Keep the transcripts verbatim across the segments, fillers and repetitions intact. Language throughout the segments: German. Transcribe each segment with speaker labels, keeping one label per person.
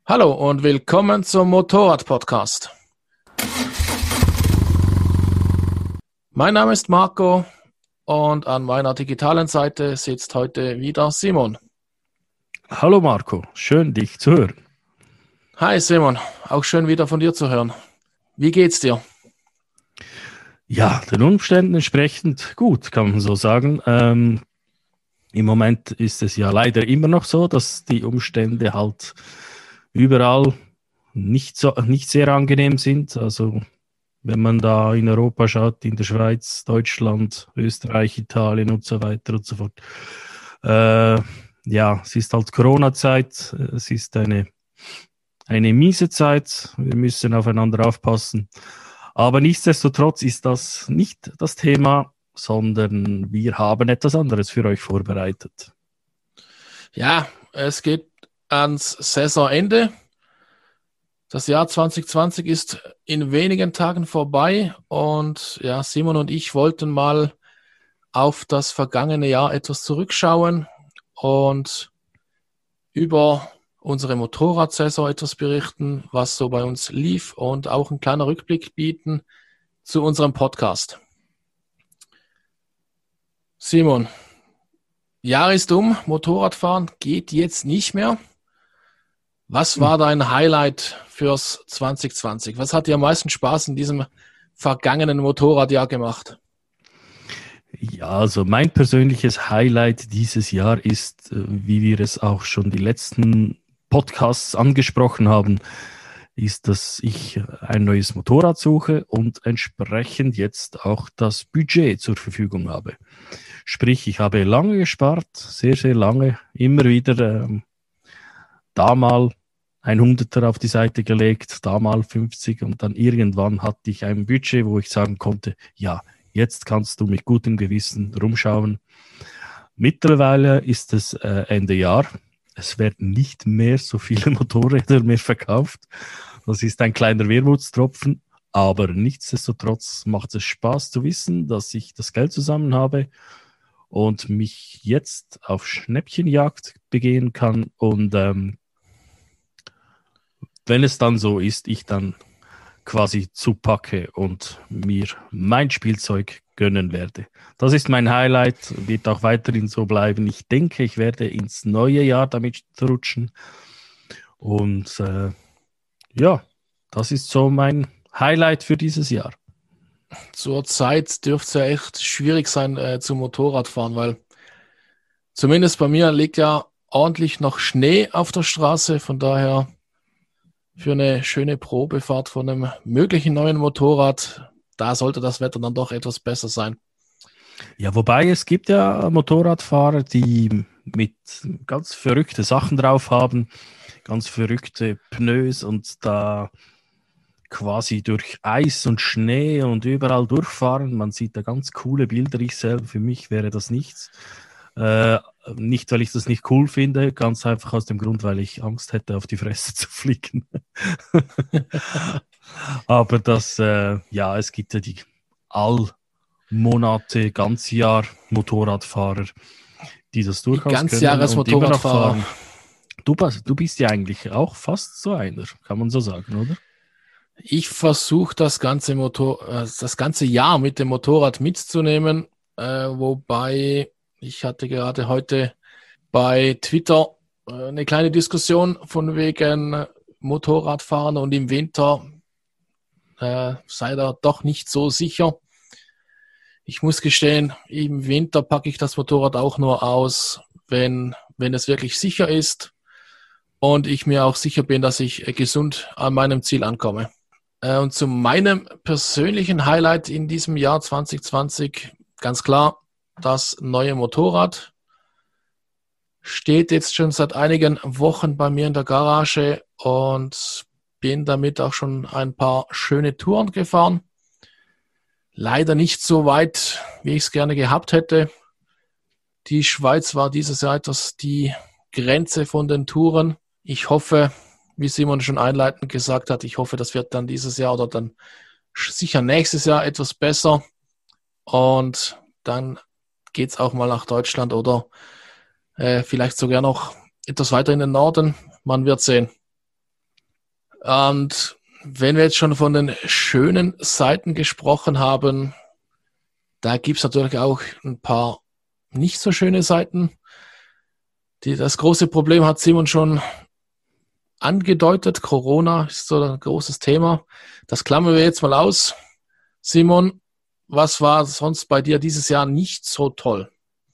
Speaker 1: Hallo und willkommen zum Motorrad-Podcast. Mein Name ist Marco und an meiner digitalen Seite sitzt heute wieder Simon.
Speaker 2: Hallo Marco, schön dich zu hören.
Speaker 1: Hi Simon, auch schön wieder von dir zu hören. Wie geht's dir?
Speaker 2: Ja, den Umständen entsprechend gut, kann man so sagen. Ähm, im Moment ist es ja leider immer noch so, dass die Umstände halt überall nicht so, nicht sehr angenehm sind. Also wenn man da in Europa schaut, in der Schweiz, Deutschland, Österreich, Italien und so weiter und so fort. Äh, ja, es ist halt Corona-Zeit, es ist eine, eine miese Zeit, wir müssen aufeinander aufpassen. Aber nichtsdestotrotz ist das nicht das Thema, sondern wir haben etwas anderes für euch vorbereitet.
Speaker 1: Ja, es geht ans Saisonende. Das Jahr zwanzig zwanzig ist in wenigen Tagen vorbei und ja, Simon und ich wollten mal auf das vergangene Jahr etwas zurückschauen und über unsere Motorradsaison etwas berichten, was so bei uns lief und auch einen kleinen Rückblick bieten zu unserem Podcast. Simon, Jahr ist um, Motorradfahren geht jetzt nicht mehr. Was war dein Highlight fürs zwanzig zwanzig? Was hat dir am meisten Spaß in diesem vergangenen Motorradjahr gemacht?
Speaker 2: Ja, also mein persönliches Highlight dieses Jahr ist, äh, wie wir es auch schon die letzten Podcasts angesprochen haben, ist, dass ich ein neues Motorrad suche und entsprechend jetzt auch das Budget zur Verfügung habe. Sprich, ich habe lange gespart, sehr, sehr lange, immer wieder ähm, da mal ein Hunderter auf die Seite gelegt, da mal fünfzig und dann irgendwann hatte ich ein Budget, wo ich sagen konnte, ja, jetzt kannst du mit gutem Gewissen rumschauen. Mittlerweile ist es äh, Ende Jahr. Es werden nicht mehr so viele Motorräder mehr verkauft. Das ist ein kleiner Wermutstropfen, aber nichtsdestotrotz macht es Spaß zu wissen, dass ich das Geld zusammen habe und mich jetzt auf Schnäppchenjagd begehen kann. Und ähm, wenn es dann so ist, ich dann quasi zupacke und mir mein Spielzeug gönnen werde. Das ist mein Highlight, wird auch weiterhin so bleiben. Ich denke, ich werde ins neue Jahr damit rutschen. Und äh, ja, das ist so mein Highlight für dieses Jahr.
Speaker 1: Zur Zeit dürfte es ja echt schwierig sein äh, zum Motorradfahren, weil zumindest bei mir liegt ja ordentlich noch Schnee auf der Straße. Von daher für eine schöne Probefahrt von einem möglichen neuen Motorrad, da sollte das Wetter dann doch etwas besser sein.
Speaker 2: Ja, wobei es gibt ja Motorradfahrer, die mit ganz verrückte Sachen drauf haben, ganz verrückte Pneus und da quasi durch Eis und Schnee und überall durchfahren. Man sieht da ganz coole Bilder. Ich selber, für mich wäre das nichts. Äh, nicht, weil ich das nicht cool finde, ganz einfach aus dem Grund, weil ich Angst hätte, auf die Fresse zu fliegen. Aber das, äh, ja, es gibt ja die Allmonate, Ganzjahr Motorradfahrer, die das
Speaker 1: Die
Speaker 2: durchaus können und immer noch
Speaker 1: Ganzjahres-Motorradfahrer.
Speaker 2: fahren. Du, du bist ja eigentlich auch fast so einer, kann man so sagen, oder?
Speaker 1: Ich versuche das ganze Motor, äh, das ganze Jahr mit dem Motorrad mitzunehmen, äh, wobei ich hatte gerade heute bei Twitter äh, eine kleine Diskussion von wegen Motorradfahren und im Winter äh, sei da doch nicht so sicher. Ich muss gestehen, im Winter packe ich das Motorrad auch nur aus, wenn, wenn es wirklich sicher ist und ich mir auch sicher bin, dass ich äh, gesund an meinem Ziel ankomme. Und zu meinem persönlichen Highlight in diesem Jahr zwanzig zwanzig, ganz klar, das neue Motorrad steht jetzt schon seit einigen Wochen bei mir in der Garage und bin damit auch schon ein paar schöne Touren gefahren. Leider nicht so weit, wie ich es gerne gehabt hätte. Die Schweiz war dieses Jahr etwas die Grenze von den Touren. Ich hoffe, wie Simon schon einleitend gesagt hat, ich hoffe, das wird dann dieses Jahr oder dann sicher nächstes Jahr etwas besser. Und dann geht es auch mal nach Deutschland oder äh, vielleicht sogar noch etwas weiter in den Norden. Man wird sehen. Und wenn wir jetzt schon von den schönen Seiten gesprochen haben, da gibt es natürlich auch ein paar nicht so schöne Seiten. Die, das große Problem hat Simon schon angedeutet. Corona ist so ein großes Thema. Das klammern wir jetzt mal aus. Simon, was war sonst bei dir dieses Jahr nicht so toll?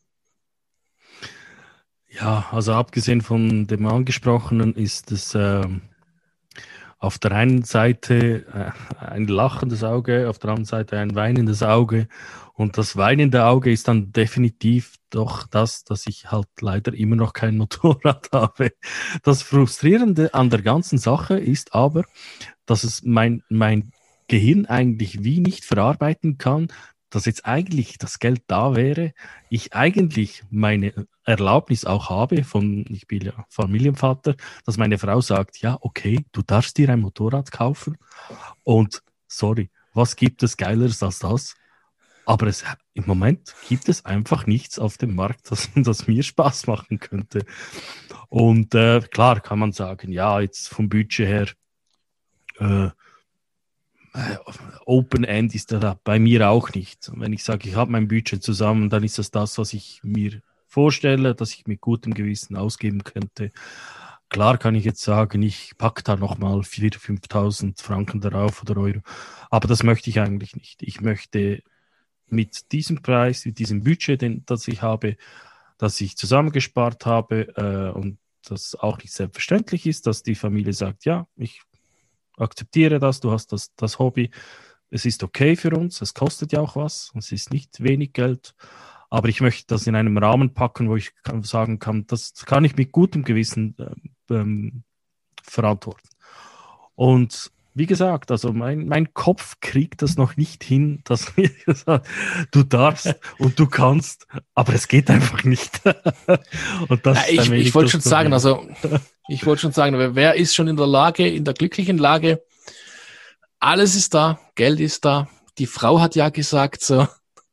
Speaker 2: Ja, also abgesehen von dem Angesprochenen ist es äh, auf der einen Seite äh, ein lachendes Auge, auf der anderen Seite ein weinendes Auge. Und das weinende Auge ist dann definitiv doch das, dass ich halt leider immer noch kein Motorrad habe. Das Frustrierende an der ganzen Sache ist aber, dass es mein, mein Gehirn eigentlich wie nicht verarbeiten kann, dass jetzt eigentlich das Geld da wäre, ich eigentlich meine Erlaubnis auch habe, von, ich bin ja Familienvater, dass meine Frau sagt, ja, okay, du darfst dir ein Motorrad kaufen und sorry, was gibt es Geileres als das? Aber es, im Moment gibt es einfach nichts auf dem Markt, das, das mir Spaß machen könnte. Und äh, klar kann man sagen, ja, jetzt vom Budget her, äh, Open End ist da bei mir auch nicht. Wenn ich sage, ich habe mein Budget zusammen, dann ist das das, was ich mir vorstelle, dass ich mit gutem Gewissen ausgeben könnte. Klar kann ich jetzt sagen, ich packe da nochmal viertausend, fünftausend Franken darauf oder Euro, aber das möchte ich eigentlich nicht. Ich möchte mit diesem Preis, mit diesem Budget, den, das ich habe, das ich zusammengespart habe äh, und das auch nicht selbstverständlich ist, dass die Familie sagt, ja, ich akzeptiere das, du hast das, das Hobby, es ist okay für uns, es kostet ja auch was, es ist nicht wenig Geld, aber ich möchte das in einem Rahmen packen, wo ich kann, sagen kann, das kann ich mit gutem Gewissen äh, ähm, verantworten. Und wie gesagt, also mein, mein Kopf kriegt das noch nicht hin, dass mir gesagt, du darfst und du kannst, aber es geht einfach nicht. Und das
Speaker 1: ja, ich ich wollte schon sagen, also ich wollte schon sagen, wer ist schon in der Lage, in der glücklichen Lage, alles ist da, Geld ist da, die Frau hat ja gesagt, so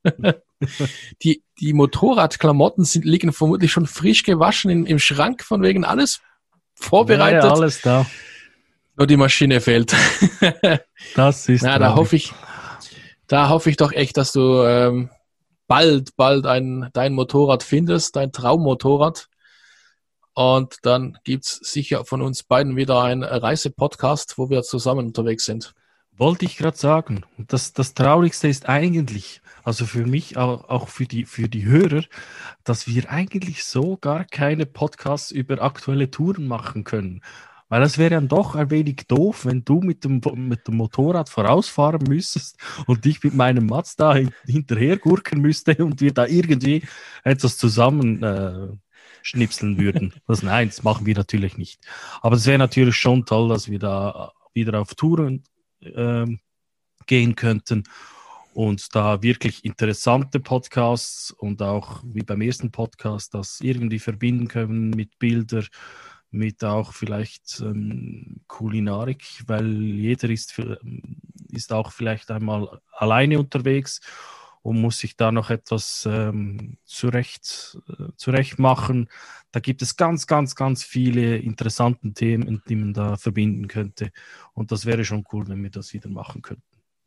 Speaker 1: die, die Motorradklamotten sind, liegen vermutlich schon frisch gewaschen in, im Schrank, von wegen alles vorbereitet.
Speaker 2: Ja, alles da.
Speaker 1: Nur die Maschine fehlt.
Speaker 2: Das ist
Speaker 1: ja, da hoffe ich, da hoffe ich doch echt, dass du ähm, bald, bald ein, dein Motorrad findest, dein Traummotorrad. Und dann gibt's sicher von uns beiden wieder einen Reisepodcast, wo wir zusammen unterwegs sind.
Speaker 2: Wollte ich gerade sagen. Das, das Traurigste ist eigentlich, also für mich, auch, auch für die, für die Hörer, dass wir eigentlich so gar keine Podcasts über aktuelle Touren machen können. Weil das wäre dann doch ein wenig doof, wenn du mit dem, mit dem Motorrad vorausfahren müsstest und ich mit meinem Mazda hin, hinterher gurken müsste und wir da irgendwie etwas zusammen äh, schnipseln würden. Das, nein, das machen wir natürlich nicht. Aber es wäre natürlich schon toll, dass wir da wieder auf Touren äh, gehen könnten und da wirklich interessante Podcasts und auch wie beim ersten Podcast das irgendwie verbinden können mit Bildern, mit auch vielleicht ähm, Kulinarik, weil jeder ist, für, ist auch vielleicht einmal alleine unterwegs und muss sich da noch etwas ähm, zurecht, äh, zurecht machen. Da gibt es ganz, ganz, ganz viele interessante Themen, die man da verbinden könnte. Und das wäre schon cool, wenn wir das wieder machen könnten.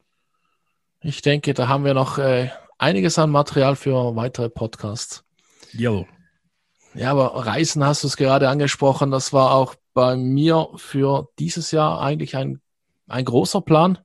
Speaker 1: Ich denke, da haben wir noch äh, einiges an Material für weitere Podcasts.
Speaker 2: Jo.
Speaker 1: Ja, aber Reisen hast du es gerade angesprochen. Das war auch bei mir für dieses Jahr eigentlich ein, ein großer Plan.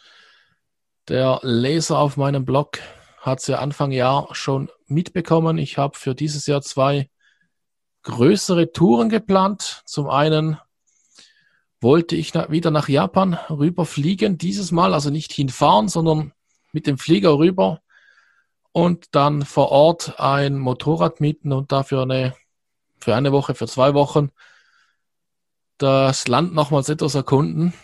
Speaker 1: Der Leser auf meinem Blog hat es ja Anfang Jahr schon mitbekommen. Ich habe für dieses Jahr zwei größere Touren geplant. Zum einen wollte ich na, wieder nach Japan rüberfliegen, dieses Mal, also nicht hinfahren, sondern mit dem Flieger rüber und dann vor Ort ein Motorrad mieten und dafür eine für eine Woche, für zwei Wochen das Land nochmals etwas erkunden.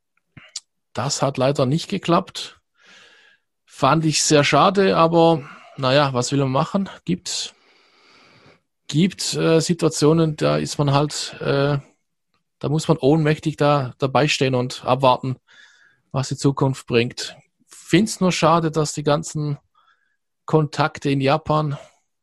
Speaker 1: Das hat leider nicht geklappt. Fand ich sehr schade, aber naja, was will man machen? Gibt, gibt äh, Situationen, da ist man halt, äh, da muss man ohnmächtig da dabei stehen und abwarten, was die Zukunft bringt. Finde es nur schade, dass die ganzen Kontakte in Japan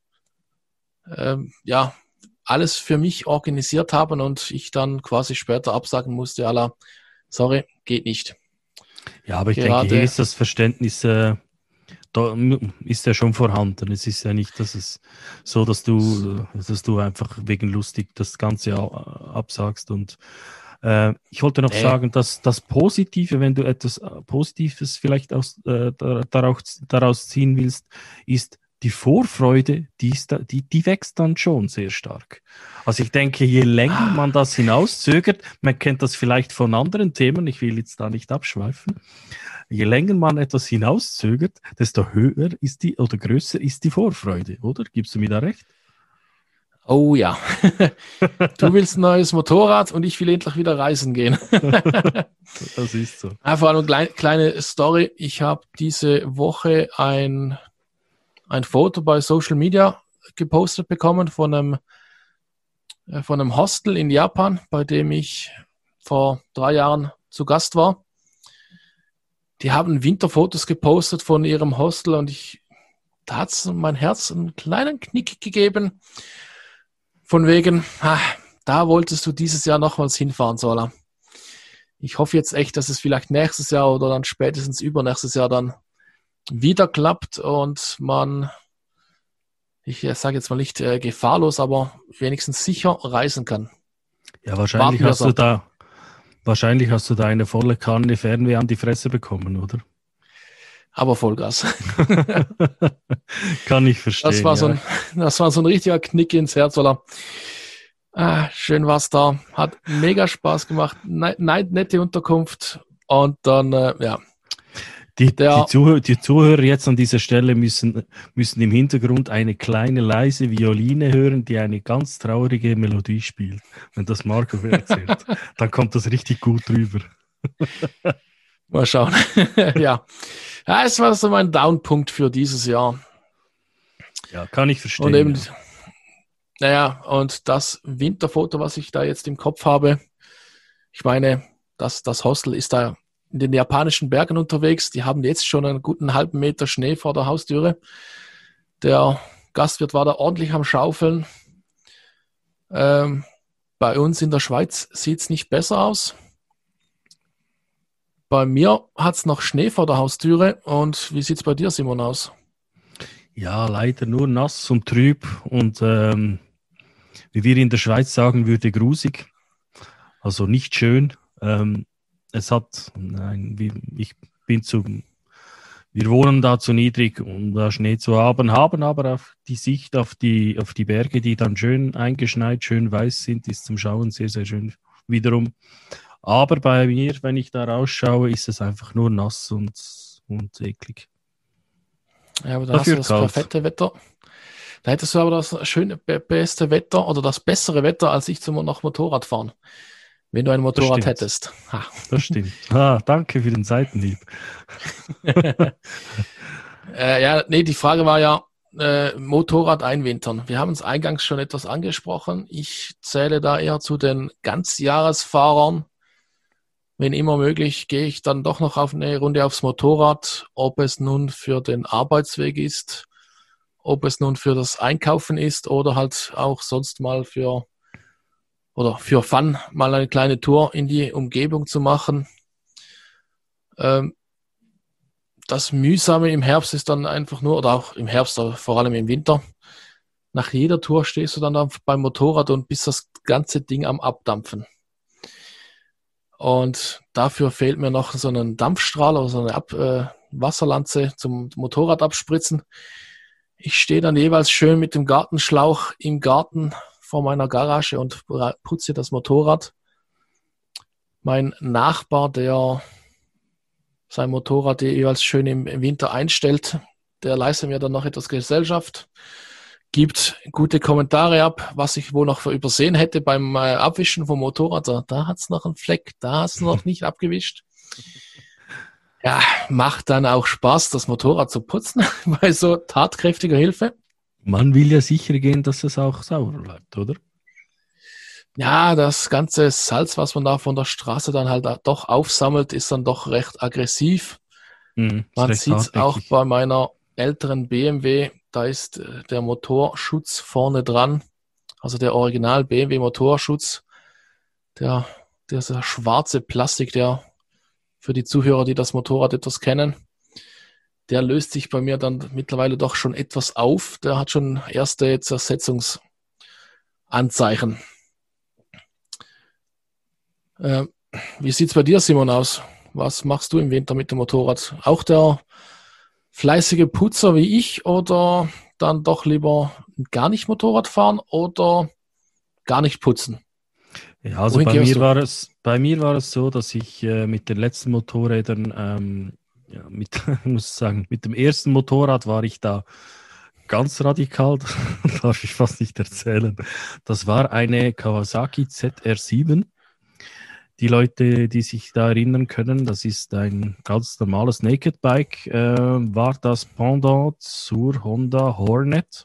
Speaker 1: ähm, ja, alles für mich organisiert haben und ich dann quasi später absagen musste, à la, sorry, geht nicht.
Speaker 2: Ja, aber ich
Speaker 1: Gerade,
Speaker 2: denke, hier ist das Verständnis, äh, da ist ja schon vorhanden. Es ist ja nicht, dass es so, dass du, dass du einfach wegen lustig das Ganze a- absagst. Und äh, ich wollte noch
Speaker 1: nee.
Speaker 2: sagen, dass das Positive, wenn du etwas äh, Positives vielleicht aus, äh, da- daraus, daraus ziehen willst, ist die Vorfreude, die, ist da, die, die wächst dann schon sehr stark. Also ich denke, je länger man das hinauszögert, man kennt das vielleicht von anderen Themen, ich will jetzt da nicht abschweifen, je länger man etwas hinauszögert, desto höher ist die oder größer ist die Vorfreude, oder? Gibst du mir da recht?
Speaker 1: Oh ja. Du willst ein neues Motorrad und ich will endlich wieder reisen gehen.
Speaker 2: Das ist so.
Speaker 1: Einfach eine kleine, kleine Story. Ich habe diese Woche ein, ein Foto bei Social Media gepostet bekommen von einem, äh, von einem Hostel in Japan, bei dem ich vor drei Jahren zu Gast war. Die haben Winterfotos gepostet von ihrem Hostel und ich, da hat es mein Herz einen kleinen Knick gegeben. Von wegen, ah, da wolltest du dieses Jahr nochmals hinfahren, Sola. Ich hoffe jetzt echt, dass es vielleicht nächstes Jahr oder dann spätestens übernächstes Jahr dann wieder klappt und man, ich sage jetzt mal nicht äh, gefahrlos, aber wenigstens sicher reisen kann.
Speaker 2: Ja, wahrscheinlich
Speaker 1: Warten
Speaker 2: hast du da, wahrscheinlich hast du da eine volle Kanne Fernweh an die Fresse bekommen, oder?
Speaker 1: Aber Vollgas.
Speaker 2: Kann ich verstehen.
Speaker 1: Das war,
Speaker 2: ja.
Speaker 1: so ein, das war so ein richtiger Knick ins Herz, oder? Ah, schön war's da. Hat mega Spaß gemacht. Ne, ne, nette Unterkunft. Und dann, äh, ja.
Speaker 2: Die,
Speaker 1: Der,
Speaker 2: die, Zuhörer, die Zuhörer jetzt an dieser Stelle müssen, müssen im Hintergrund eine kleine, leise Violine hören, die eine ganz traurige Melodie spielt. Wenn das Marco erzählt, dann kommt das richtig gut rüber.
Speaker 1: Mal schauen. Ja. Ja, es war so mein Downpunkt für dieses Jahr.
Speaker 2: Ja, kann ich verstehen.
Speaker 1: Und eben,
Speaker 2: ja.
Speaker 1: naja, und das Winterfoto, was ich da jetzt im Kopf habe, ich meine, das, das Hostel ist da in den japanischen Bergen unterwegs. Die haben jetzt schon einen guten halben Meter Schnee vor der Haustüre. Der Gastwirt war da ordentlich am Schaufeln. Ähm, bei uns in der Schweiz sieht es nicht besser aus. Bei mir hat es noch Schnee vor der Haustüre. Und wie sieht es bei dir, Simon, aus?
Speaker 2: Ja, leider nur nass und trüb und ähm, wie wir in der Schweiz sagen würde, grusig. Also nicht schön. Ähm, es hat, nein, wie, ich bin zu, wir wohnen da zu niedrig, um da Schnee zu haben, haben aber auf die Sicht auf die, auf die Berge, die dann schön eingeschneit, schön weiß sind, ist zum Schauen sehr, sehr schön wiederum. Aber bei mir, wenn ich da rausschaue, ist es einfach nur nass und, und eklig.
Speaker 1: Ja, aber da hast
Speaker 2: Dafür
Speaker 1: du das
Speaker 2: kalt.
Speaker 1: perfekte Wetter. Da hättest du aber das schöne, be- beste Wetter oder das bessere Wetter als ich zum noch Motorrad fahren. Wenn du ein Motorrad
Speaker 2: stimmt.
Speaker 1: hättest. Ha.
Speaker 2: Das stimmt. Ah, danke für den Seitenhieb.
Speaker 1: äh, ja, nee, die Frage war ja, äh, Motorrad einwintern. Wir haben es eingangs schon etwas angesprochen. Ich zähle da eher zu den Ganzjahresfahrern. Wenn immer möglich, gehe ich dann doch noch auf eine Runde aufs Motorrad, ob es nun für den Arbeitsweg ist, ob es nun für das Einkaufen ist oder halt auch sonst mal für oder für Fun mal eine kleine Tour in die Umgebung zu machen. Ähm, das Mühsame im Herbst ist dann einfach nur, oder auch im Herbst, aber vor allem im Winter, nach jeder Tour stehst du dann beim Motorrad und bist das ganze Ding am Abdampfen. Und dafür fehlt mir noch so ein Dampfstrahl oder so eine Ab äh, Wasserlanze zum Motorrad abspritzen. Ich stehe dann jeweils schön mit dem Gartenschlauch im Garten vor meiner Garage und putze das Motorrad. Mein Nachbar, der sein Motorrad jeweils schön im Winter einstellt, der leistet mir dann noch etwas Gesellschaft, gibt gute Kommentare ab, was ich wohl noch übersehen hätte beim äh, Abwischen vom Motorrad. Da, da hat es noch einen Fleck, da hast du noch nicht abgewischt. Ja, macht dann auch Spaß, das Motorrad zu putzen, bei so tatkräftiger Hilfe.
Speaker 2: Man will ja sicher gehen, dass es auch sauber bleibt, oder?
Speaker 1: Ja, das ganze Salz, was man da von der Straße dann halt doch aufsammelt, ist dann doch recht aggressiv.
Speaker 2: Mhm,
Speaker 1: Man sieht es auch bei meiner älteren B M W, da ist der Motorschutz vorne dran, also der Original B M W Motorschutz, der dieser schwarze Plastik, der für die Zuhörer, die das Motorrad etwas kennen, der löst sich bei mir dann mittlerweile doch schon etwas auf. Der hat schon erste Zersetzungsanzeichen. Äh, wie sieht's bei dir, Simon, aus? Was machst du im Winter mit dem Motorrad? Auch der fleißige Putzer wie ich oder dann doch lieber gar nicht Motorrad fahren oder gar nicht putzen?
Speaker 2: Ja, also
Speaker 1: Wohin
Speaker 2: bei
Speaker 1: gehst
Speaker 2: mir
Speaker 1: du?
Speaker 2: war es, bei mir war es so, dass ich äh, mit den letzten Motorrädern, ähm, ja, mit, ich muss sagen, mit dem ersten Motorrad war ich da ganz radikal, darf ich fast nicht erzählen. Das war eine Kawasaki Z R sieben. Die Leute, die sich da erinnern können, das ist ein ganz normales Naked Bike, äh, war das Pendant zur Honda Hornet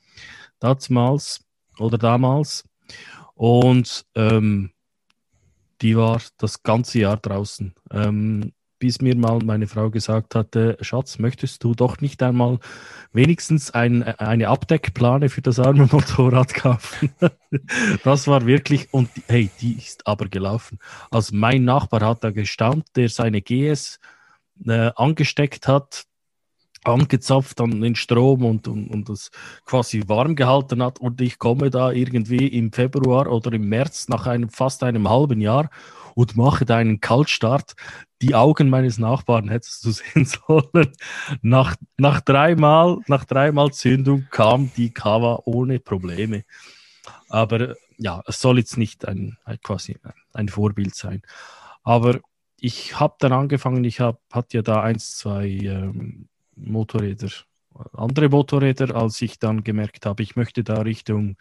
Speaker 2: damals oder damals. Und ähm, die war das ganze Jahr draußen. Ähm, bis mir mal meine Frau gesagt hatte, Schatz, möchtest du doch nicht einmal wenigstens ein, eine Abdeckplane für das arme Motorrad kaufen? Das war wirklich, und hey, die ist aber gelaufen. Also mein Nachbar hat da gestaunt, der seine G S äh, angesteckt hat, angezapft an den Strom und, und, und das quasi warm gehalten hat, und ich komme da irgendwie im Februar oder im März nach einem fast einem halben Jahr und mache da einen Kaltstart. Die Augen meines Nachbarn hättest du sehen sollen. Nach, nach dreimal, nach dreimal Zündung kam die Kawa ohne Probleme. Aber ja, es soll jetzt nicht ein, ein quasi ein Vorbild sein. Aber ich habe dann angefangen, ich hab, hatte ja da eins, zwei ähm, Motorräder, andere Motorräder, als ich dann gemerkt habe, ich möchte da Richtung,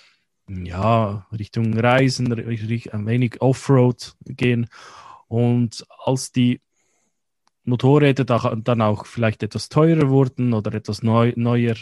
Speaker 2: ja, Richtung Reisen, ein wenig Offroad gehen. Und als die Motorräder da, dann auch vielleicht etwas teurer wurden oder etwas neu, neuer,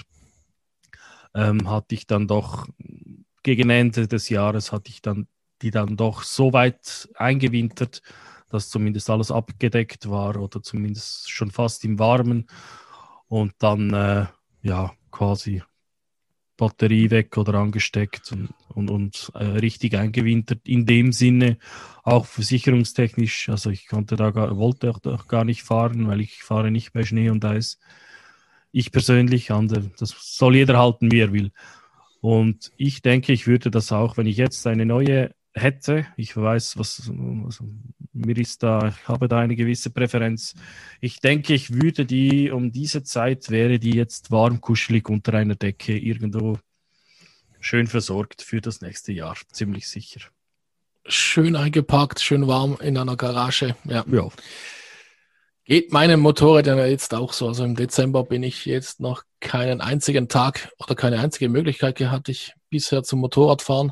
Speaker 2: ähm, hatte ich dann doch gegen Ende des Jahres hatte ich dann die dann doch so weit eingewintert, dass zumindest alles abgedeckt war oder zumindest schon fast im Warmen. Und dann, äh, ja, quasi Batterie weg oder angesteckt und, und, und äh, richtig eingewintert. In dem Sinne auch versicherungstechnisch. Also ich konnte da gar, wollte auch gar nicht fahren, weil ich fahre nicht bei Schnee und Eis. Ich persönlich, andere, das soll jeder halten, wie er will. Und ich denke, ich würde das auch, wenn ich jetzt eine neue hätte, ich weiß, was, was mir ist da, ich habe da eine gewisse Präferenz. Ich denke, ich würde die, um diese Zeit wäre die jetzt warm, kuschelig unter einer Decke irgendwo schön versorgt für das nächste Jahr, ziemlich sicher.
Speaker 1: Schön eingepackt, schön warm in einer Garage. Ja.
Speaker 2: Ja.
Speaker 1: Geht meinem Motorrad ja jetzt auch so. Also im Dezember bin ich jetzt noch keinen einzigen Tag oder keine einzige Möglichkeit gehabt, ich bisher zum Motorradfahren.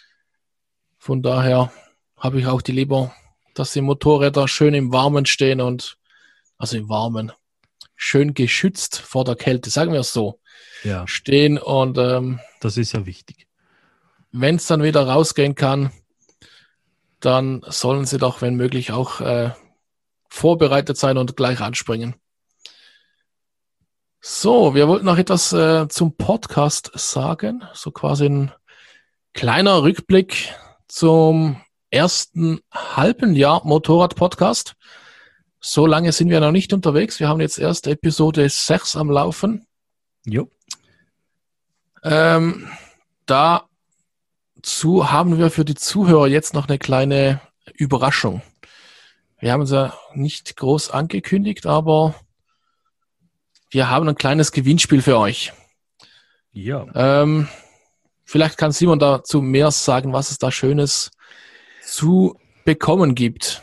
Speaker 1: Von daher habe ich auch die lieber, dass die Motorräder schön im Warmen stehen und, also im Warmen, schön geschützt vor der Kälte, sagen wir es so,
Speaker 2: Ja.
Speaker 1: stehen. Und ähm,
Speaker 2: das ist ja wichtig.
Speaker 1: Wenn es dann wieder rausgehen kann, dann sollen sie doch, wenn möglich, auch äh, vorbereitet sein und gleich anspringen. So, wir wollten noch etwas äh, zum Podcast sagen, so quasi ein kleiner Rückblick zum ersten halben Jahr Motorrad-Podcast. So lange sind wir noch nicht unterwegs. Wir haben jetzt erst Episode sechs am Laufen.
Speaker 2: Jo.
Speaker 1: Ähm, dazu haben wir für die Zuhörer jetzt noch eine kleine Überraschung. Wir haben es ja nicht groß angekündigt, aber wir haben ein kleines Gewinnspiel für euch.
Speaker 2: Ja.
Speaker 1: Ähm, vielleicht kann Simon dazu mehr sagen, was es da Schönes zu bekommen gibt.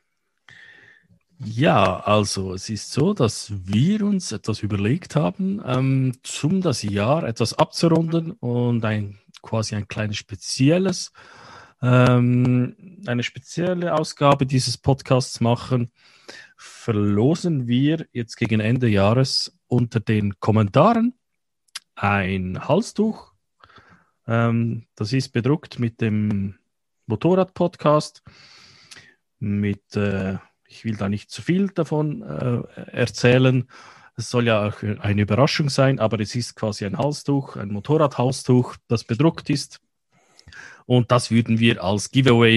Speaker 2: Ja, also es ist so, dass wir uns etwas überlegt haben, ähm, um das Jahr etwas abzurunden und ein quasi ein kleines spezielles, ähm, eine spezielle Ausgabe dieses Podcasts machen, verlosen wir jetzt gegen Ende Jahres unter den Kommentaren ein Halstuch. Ähm, das ist bedruckt mit dem Motorrad-Podcast, mit äh, ich will da nicht zu viel davon äh, erzählen. Es soll ja auch eine Überraschung sein, aber es ist quasi ein Halstuch, ein Motorrad-Halstuch, das bedruckt ist. Und das würden wir als Giveaway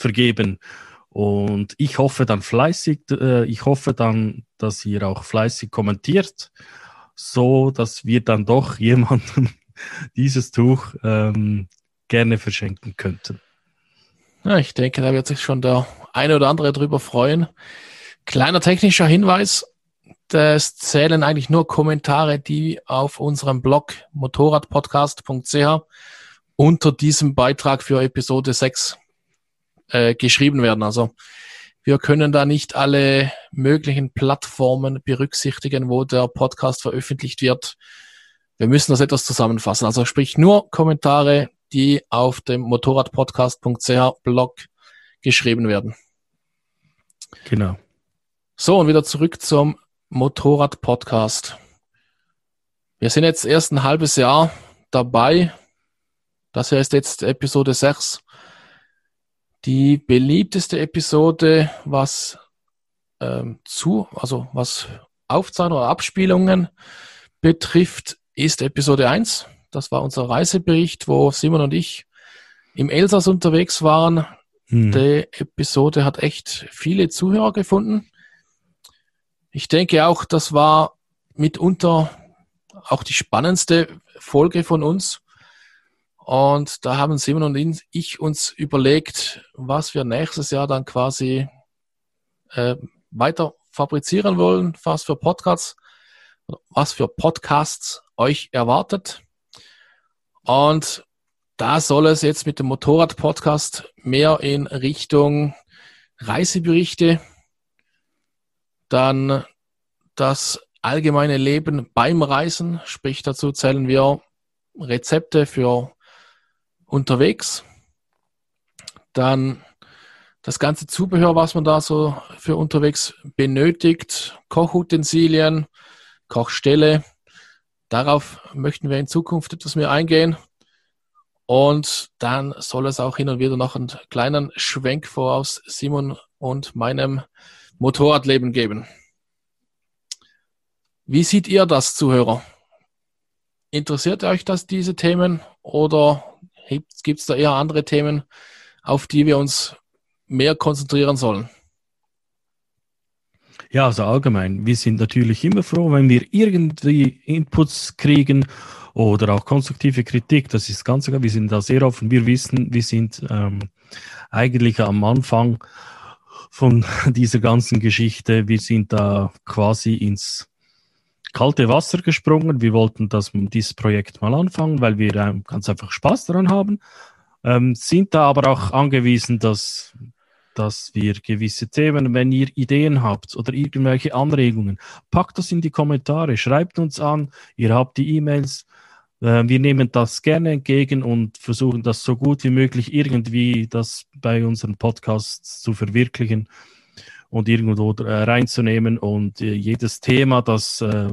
Speaker 2: vergeben. Und ich hoffe dann fleißig, äh, ich hoffe dann, dass ihr auch fleißig kommentiert, so dass wir dann doch jemandem dieses Tuch ähm, gerne verschenken könnten.
Speaker 1: Ja, ich denke, da wird sich schon der eine oder andere drüber freuen. Kleiner technischer Hinweis. Das zählen eigentlich nur Kommentare, die auf unserem Blog motorradpodcast punkt c h unter diesem Beitrag für Episode sechs äh, geschrieben werden. Also wir können da nicht alle möglichen Plattformen berücksichtigen, wo der Podcast veröffentlicht wird. Wir müssen das etwas zusammenfassen. Also sprich nur Kommentare, die auf dem motorradpodcast punkt c h Blog geschrieben werden.
Speaker 2: Genau.
Speaker 1: So, und wieder zurück zum Motorrad-Podcast. Wir sind jetzt erst ein halbes Jahr dabei. Das hier ist jetzt Episode sechs. Die beliebteste Episode, was ähm, zu, also was Aufzeichnungen oder Abspielungen betrifft, ist Episode eins. Das war unser Reisebericht, wo Simon und ich im Elsass unterwegs waren. Hm. Die Episode hat echt viele Zuhörer gefunden. Ich denke auch, das war mitunter auch die spannendste Folge von uns. Und da haben Simon und ich uns überlegt, was wir nächstes Jahr dann quasi äh, weiter fabrizieren wollen, was für Podcasts, was für Podcasts euch erwartet. Und da soll es jetzt mit dem Motorrad-Podcast mehr in Richtung Reiseberichte, dann das allgemeine Leben beim Reisen, sprich dazu zählen wir Rezepte für unterwegs, dann das ganze Zubehör, was man da so für unterwegs benötigt, Kochutensilien, Kochställe, darauf möchten wir in Zukunft etwas mehr eingehen. Und dann soll es auch hin und wieder noch einen kleinen Schwenk voraus Simon und meinem Motorradleben geben. Wie seht ihr das, Zuhörer? Interessiert euch das, diese Themen, oder gibt es da eher andere Themen, auf die wir uns mehr konzentrieren sollen?
Speaker 2: Ja, also allgemein. Wir sind natürlich immer froh, wenn wir irgendwie Inputs kriegen oder auch konstruktive Kritik. Das ist ganz egal. Wir sind da sehr offen. Wir wissen, wir sind ähm, eigentlich am Anfang von dieser ganzen Geschichte. Wir sind da quasi ins kalte Wasser gesprungen. Wir wollten das, dieses Projekt mal anfangen, weil wir ähm, ganz einfach Spaß daran haben. Ähm, sind da aber auch angewiesen, dass, dass wir gewisse Themen, wenn ihr Ideen habt oder irgendwelche Anregungen, packt das in die Kommentare, schreibt uns an, ihr habt die E-Mails. Äh, wir nehmen das gerne entgegen und versuchen das so gut wie möglich irgendwie das bei unseren Podcasts zu verwirklichen und irgendwo äh, reinzunehmen, und äh, jedes Thema, das äh,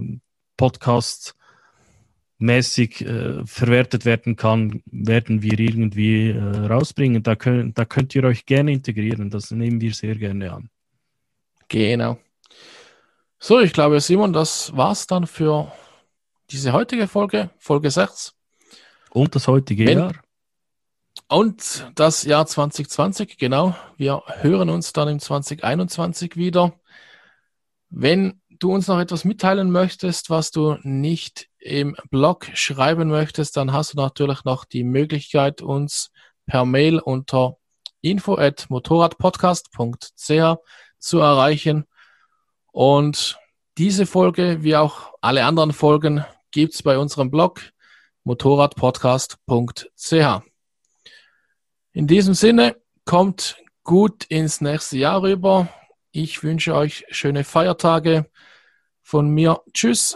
Speaker 2: Podcast-mäßig äh, verwertet werden kann, werden wir irgendwie äh, rausbringen. Da, können, da könnt ihr euch gerne integrieren. Das nehmen wir sehr gerne an.
Speaker 1: Genau. So, ich glaube, Simon, das war's dann für diese heutige Folge, Folge sechs.
Speaker 2: Und das heutige Wenn, Jahr.
Speaker 1: Und das Jahr zwanzig zwanzig, genau. Wir hören uns dann im zwanzig einundzwanzig wieder. Wenn du uns noch etwas mitteilen möchtest, was du nicht im Blog schreiben möchtest, dann hast du natürlich noch die Möglichkeit, uns per Mail unter info at motorradpodcast punkt c h zu erreichen. Und diese Folge, wie auch alle anderen Folgen, gibt es bei unserem Blog motorradpodcast punkt c h. In diesem Sinne, kommt gut ins nächste Jahr rüber. Ich wünsche euch schöne Feiertage. Von mir, tschüss.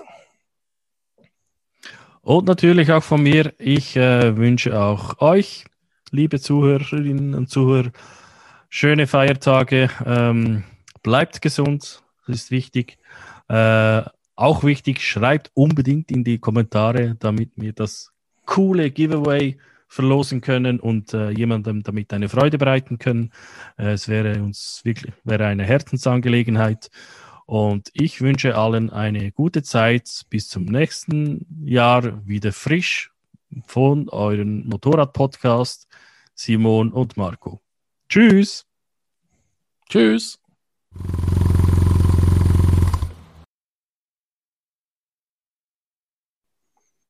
Speaker 2: Und natürlich auch von mir, ich äh, wünsche auch euch, liebe Zuhörerinnen und Zuhörer, schöne Feiertage. Ähm, bleibt gesund, das ist wichtig. Äh, auch wichtig, schreibt unbedingt in die Kommentare, damit wir das coole Giveaway verlosen können und äh, jemandem damit eine Freude bereiten können. Äh, es wäre uns wirklich wäre eine Herzensangelegenheit. Und ich wünsche allen eine gute Zeit. Bis zum nächsten Jahr wieder frisch von euren Motorrad-Podcast Simon und Marco. Tschüss.
Speaker 1: Tschüss.